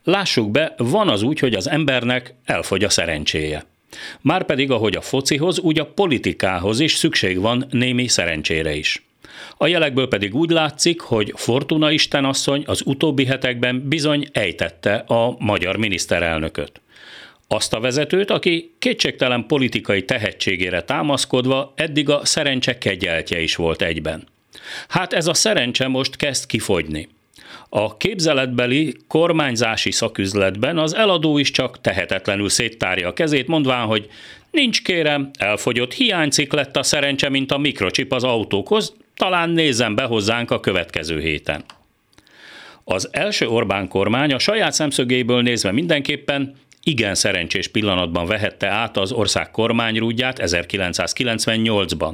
Lássuk be, van az úgy, hogy az embernek elfogy a szerencséje. Márpedig, ahogy a focihoz, úgy a politikához is szükség van némi szerencsére is. A jelekből pedig úgy látszik, hogy Fortuna istenasszony az utóbbi hetekben bizony ejtette a magyar miniszterelnököt. Azt a vezetőt, aki kétségtelen politikai tehetségére támaszkodva eddig a szerencse kegyeltje is volt egyben. Hát ez a szerencse most kezd kifogyni. A képzeletbeli kormányzási szaküzletben az eladó is csak tehetetlenül széttárja a kezét, mondván, hogy nincs kérem, elfogyott, hiányzik lett a szerencse, mint a mikrocsip az autókhoz, talán nézzen be hozzánk a következő héten. Az első Orbán kormány a saját szemszögéből nézve mindenképpen igen szerencsés pillanatban vehette át az ország kormányrúdját 1998-ban.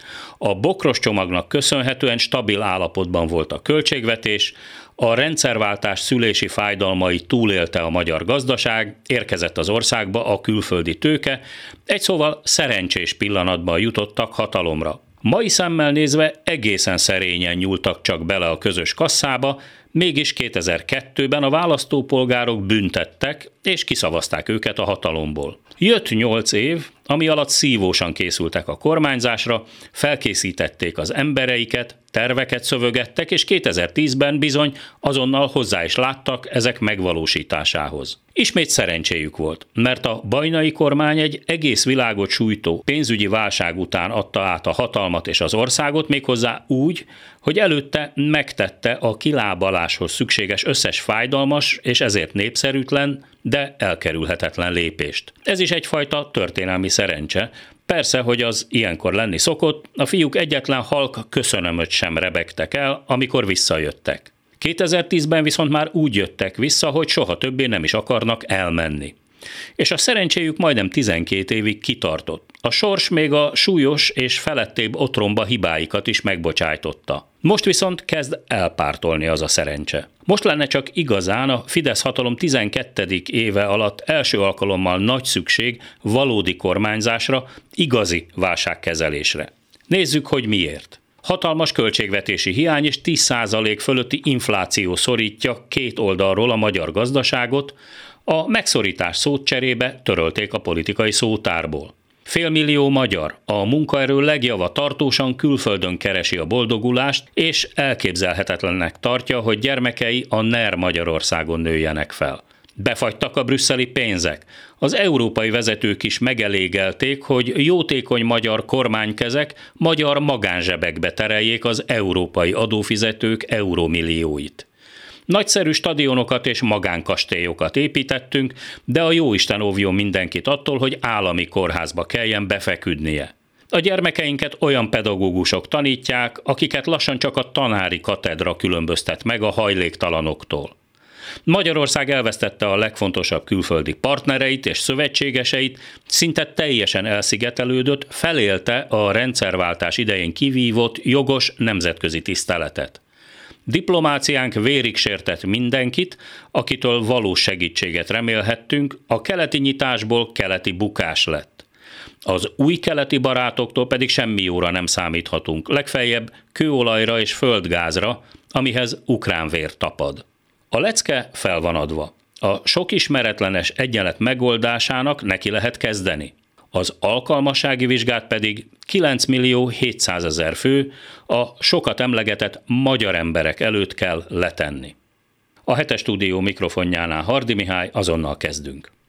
A bokros csomagnak köszönhetően stabil állapotban volt a költségvetés, a rendszerváltás szülési fájdalmai túlélte a magyar gazdaság, érkezett az országba a külföldi tőke, egy szóval szerencsés pillanatban jutottak hatalomra. Mai szemmel nézve egészen szerényen nyúltak csak bele a közös kasszába, mégis 2002-ben a választópolgárok büntettek, és kiszavazták őket a hatalomból. Jött 8 év, ami alatt szívósan készültek a kormányzásra, felkészítették az embereiket, terveket szövögettek, és 2010-ben bizony azonnal hozzá is láttak ezek megvalósításához. Ismét szerencséjük volt, mert a Bajnai kormány egy egész világot sújtó pénzügyi válság után adta át a hatalmat és az országot, méghozzá úgy, hogy előtte megtette a kilábaláshoz szükséges összes fájdalmas és ezért népszerűtlen, de elkerülhetetlen lépést. Ez is egyfajta történelmi szerencse. Persze, hogy az ilyenkor lenni szokott, a fiúk egyetlen halk köszönömöt sem rebegtek el, amikor visszajöttek. 2010-ben viszont már úgy jöttek vissza, hogy soha többé nem is akarnak elmenni. És a szerencséjük majdnem 12 évig kitartott. A sors még a súlyos és felettébb otromba hibáikat is megbocsájtotta. Most viszont kezd elpártolni az a szerencse. Most lenne csak igazán a Fidesz hatalom 12. éve alatt első alkalommal nagy szükség valódi kormányzásra, igazi válságkezelésre. Nézzük, hogy miért. Hatalmas költségvetési hiány és 10% fölötti infláció szorítja két oldalról a magyar gazdaságot, a megszorítás szót cserébe törölték a politikai szótárból. 500 000 magyar a munkaerő legjava tartósan külföldön keresi a boldogulást, és elképzelhetetlennek tartja, hogy gyermekei a NER Magyarországon nőjenek fel. Befagytak a brüsszeli pénzek. Az európai vezetők is megelégelték, hogy jótékony magyar kormánykezek magyar magánzsebekbe tereljék az európai adófizetők eurómillióit. Nagyszerű stadionokat és magánkastélyokat építettünk, de a jóisten óvjon mindenkit attól, hogy állami kórházba kelljen befeküdnie. A gyermekeinket olyan pedagógusok tanítják, akiket lassan csak a tanári katedra különböztet meg a hajléktalanoktól. Magyarország elvesztette a legfontosabb külföldi partnereit és szövetségeseit, szinte teljesen elszigetelődött, felélte a rendszerváltás idején kivívott jogos nemzetközi tiszteletet. Diplomáciánk vérig sértett mindenkit, akitől valós segítséget remélhettünk, a keleti nyitásból keleti bukás lett. Az új keleti barátoktól pedig semmi jóra nem számíthatunk, legfeljebb kőolajra és földgázra, amihez ukrán vér tapad. A lecke fel van adva. A sok ismeretlenes egyenlet megoldásának neki lehet kezdeni. Az alkalmassági vizsgát pedig 9 700 000 fő, a sokat emlegetett magyar emberek előtt kell letenni. A Hetes Stúdió mikrofonjánál Hardy Mihály, azonnal kezdünk.